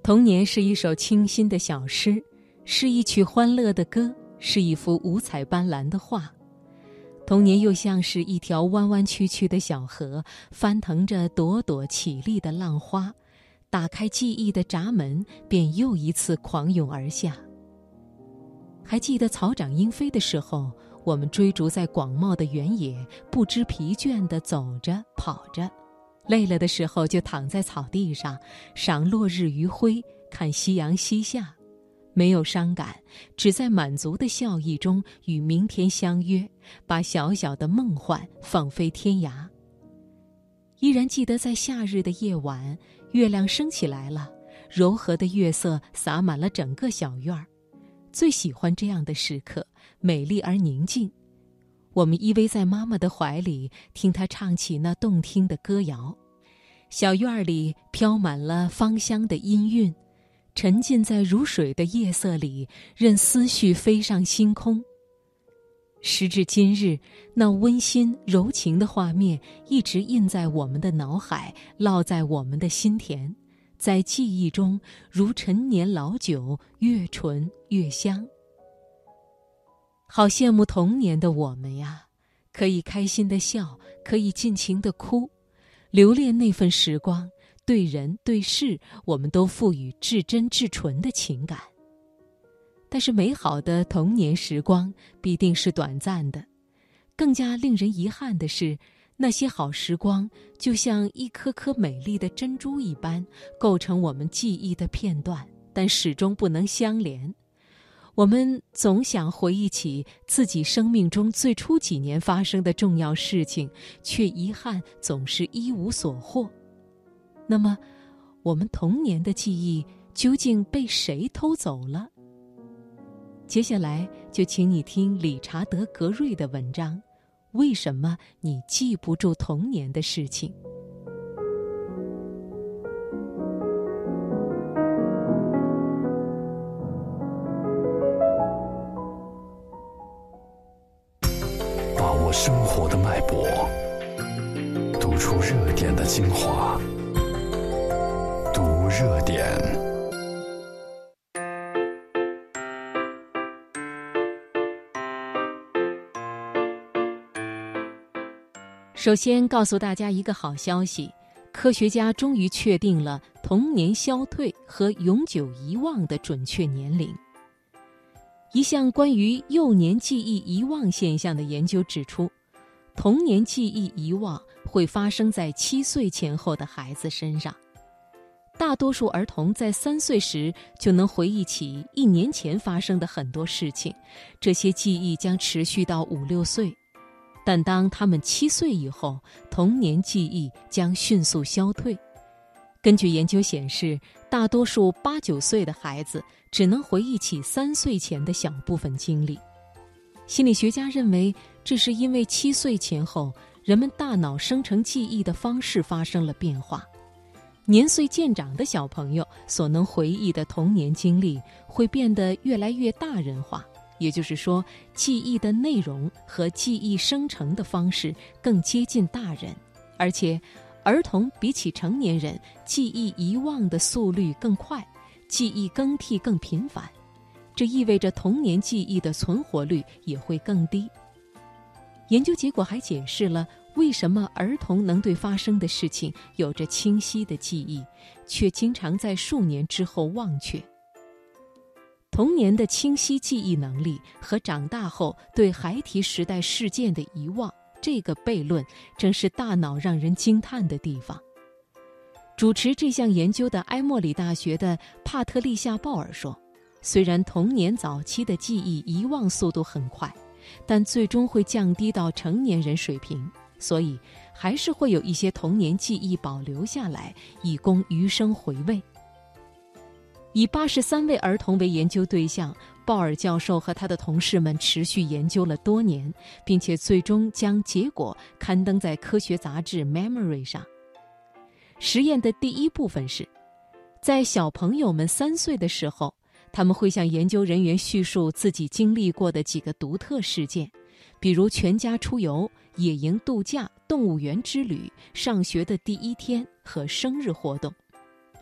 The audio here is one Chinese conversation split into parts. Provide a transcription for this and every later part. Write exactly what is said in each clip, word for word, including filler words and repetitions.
童年是一首清新的小诗，是一曲欢乐的歌，是一幅五彩斑斓的画。童年又像是一条弯弯曲曲的小河，翻腾着朵朵绮丽的浪花，打开记忆的闸门，便又一次狂涌而下。还记得草长莺飞的时候，我们追逐在广袤的原野，不知疲倦地走着跑着，累了的时候就躺在草地上，赏落日余晖，看夕阳西下，没有伤感，只在满足的笑意中与明天相约，把小小的梦幻放飞天涯。依然记得在夏日的夜晚，月亮升起来了，柔和的月色洒满了整个小院儿。最喜欢这样的时刻，美丽而宁静。我们依偎在妈妈的怀里，听她唱起那动听的歌谣。小院里飘满了芳香的音韵，沉浸在如水的夜色里，任思绪飞上星空。时至今日，那温馨柔情的画面一直印在我们的脑海，烙在我们的心田，在记忆中如陈年老酒，越醇越香。好羡慕童年的我们呀，可以开心地笑，可以尽情地哭，留恋那份时光，对人对事，我们都赋予至真至纯的情感。但是美好的童年时光必定是短暂的，更加令人遗憾的是，那些好时光就像一颗颗美丽的珍珠一般，构成我们记忆的片段，但始终不能相连。我们总想回忆起自己生命中最初几年发生的重要事情，却遗憾总是一无所获。那么，我们童年的记忆究竟被谁偷走了？接下来就请你听理查德·格瑞的文章，为什么你记不住童年的事情？ 把握生活的脉搏，读出热点的精华，读热点。 首先告诉大家一个好消息，科学家终于确定了童年消退和永久遗忘的准确年龄。一项关于幼年记忆遗忘现象的研究指出，童年记忆遗忘会发生在七岁前后的孩子身上。大多数儿童在三岁时就能回忆起一年前发生的很多事情，这些记忆将持续到五六岁。但当他们七岁以后，童年记忆将迅速消退。根据研究显示，大多数八九岁的孩子只能回忆起三岁前的小部分经历。心理学家认为，这是因为七岁前后，人们大脑生成记忆的方式发生了变化。年岁渐长的小朋友所能回忆的童年经历会变得越来越大人化，也就是说，记忆的内容和记忆生成的方式更接近大人，而且儿童比起成年人，记忆遗忘的速率更快，记忆更替更频繁。这意味着童年记忆的存活率也会更低。研究结果还解释了为什么儿童能对发生的事情有着清晰的记忆，却经常在数年之后忘却。童年的清晰记忆能力和长大后对孩提时代事件的遗忘，这个悖论正是大脑让人惊叹的地方。主持这项研究的埃默里大学的帕特丽夏·鲍尔说，虽然童年早期的记忆遗忘速度很快，但最终会降低到成年人水平，所以还是会有一些童年记忆保留下来，以供余生回味。以八十三位儿童为研究对象，鲍尔教授和他的同事们持续研究了多年，并且最终将结果刊登在科学杂志《Memory》上。实验的第一部分是，在小朋友们三岁的时候，他们会向研究人员叙述自己经历过的几个独特事件，比如全家出游、野营度假、动物园之旅、上学的第一天和生日活动。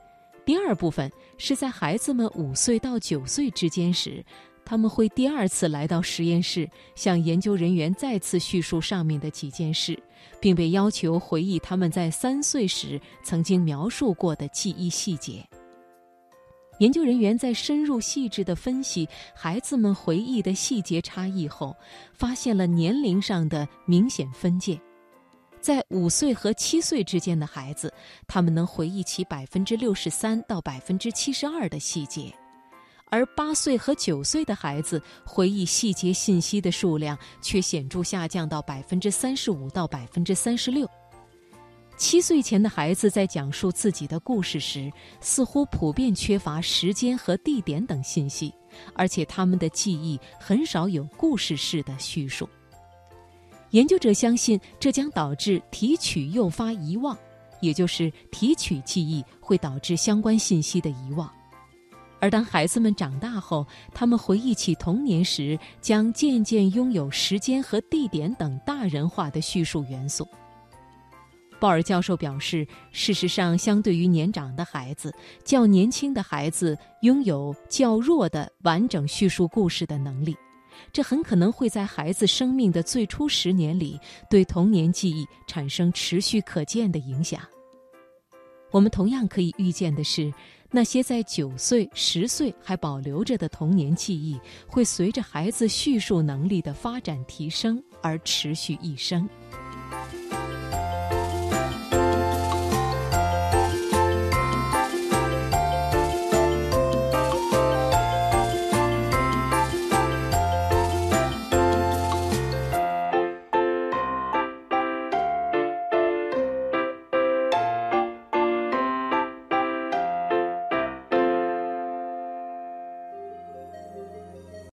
第二部分是在孩子们五岁到九岁之间时，他们会第二次来到实验室，向研究人员再次叙述上面的几件事，并被要求回忆他们在三岁时曾经描述过的记忆细节。研究人员在深入细致地分析孩子们回忆的细节差异后，发现了年龄上的明显分界。在五岁和七岁之间的孩子，他们能回忆起百分之六十三到百分之七十二的细节，而八岁和九岁的孩子回忆细节信息的数量却显著下降到百分之三十五到百分之三十六。七岁前的孩子在讲述自己的故事时，似乎普遍缺乏时间和地点等信息，而且他们的记忆很少有故事式的叙述。研究者相信，这将导致提取诱发遗忘，也就是提取记忆会导致相关信息的遗忘。而当孩子们长大后，他们回忆起童年时，将渐渐拥有时间和地点等大人化的叙述元素。鲍尔教授表示，事实上，相对于年长的孩子，较年轻的孩子拥有较弱的完整叙述故事的能力，这很可能会在孩子生命的最初十年里对童年记忆产生持续可见的影响。我们同样可以预见的是，那些在九岁、十岁还保留着的童年记忆，会随着孩子叙述能力的发展提升而持续一生。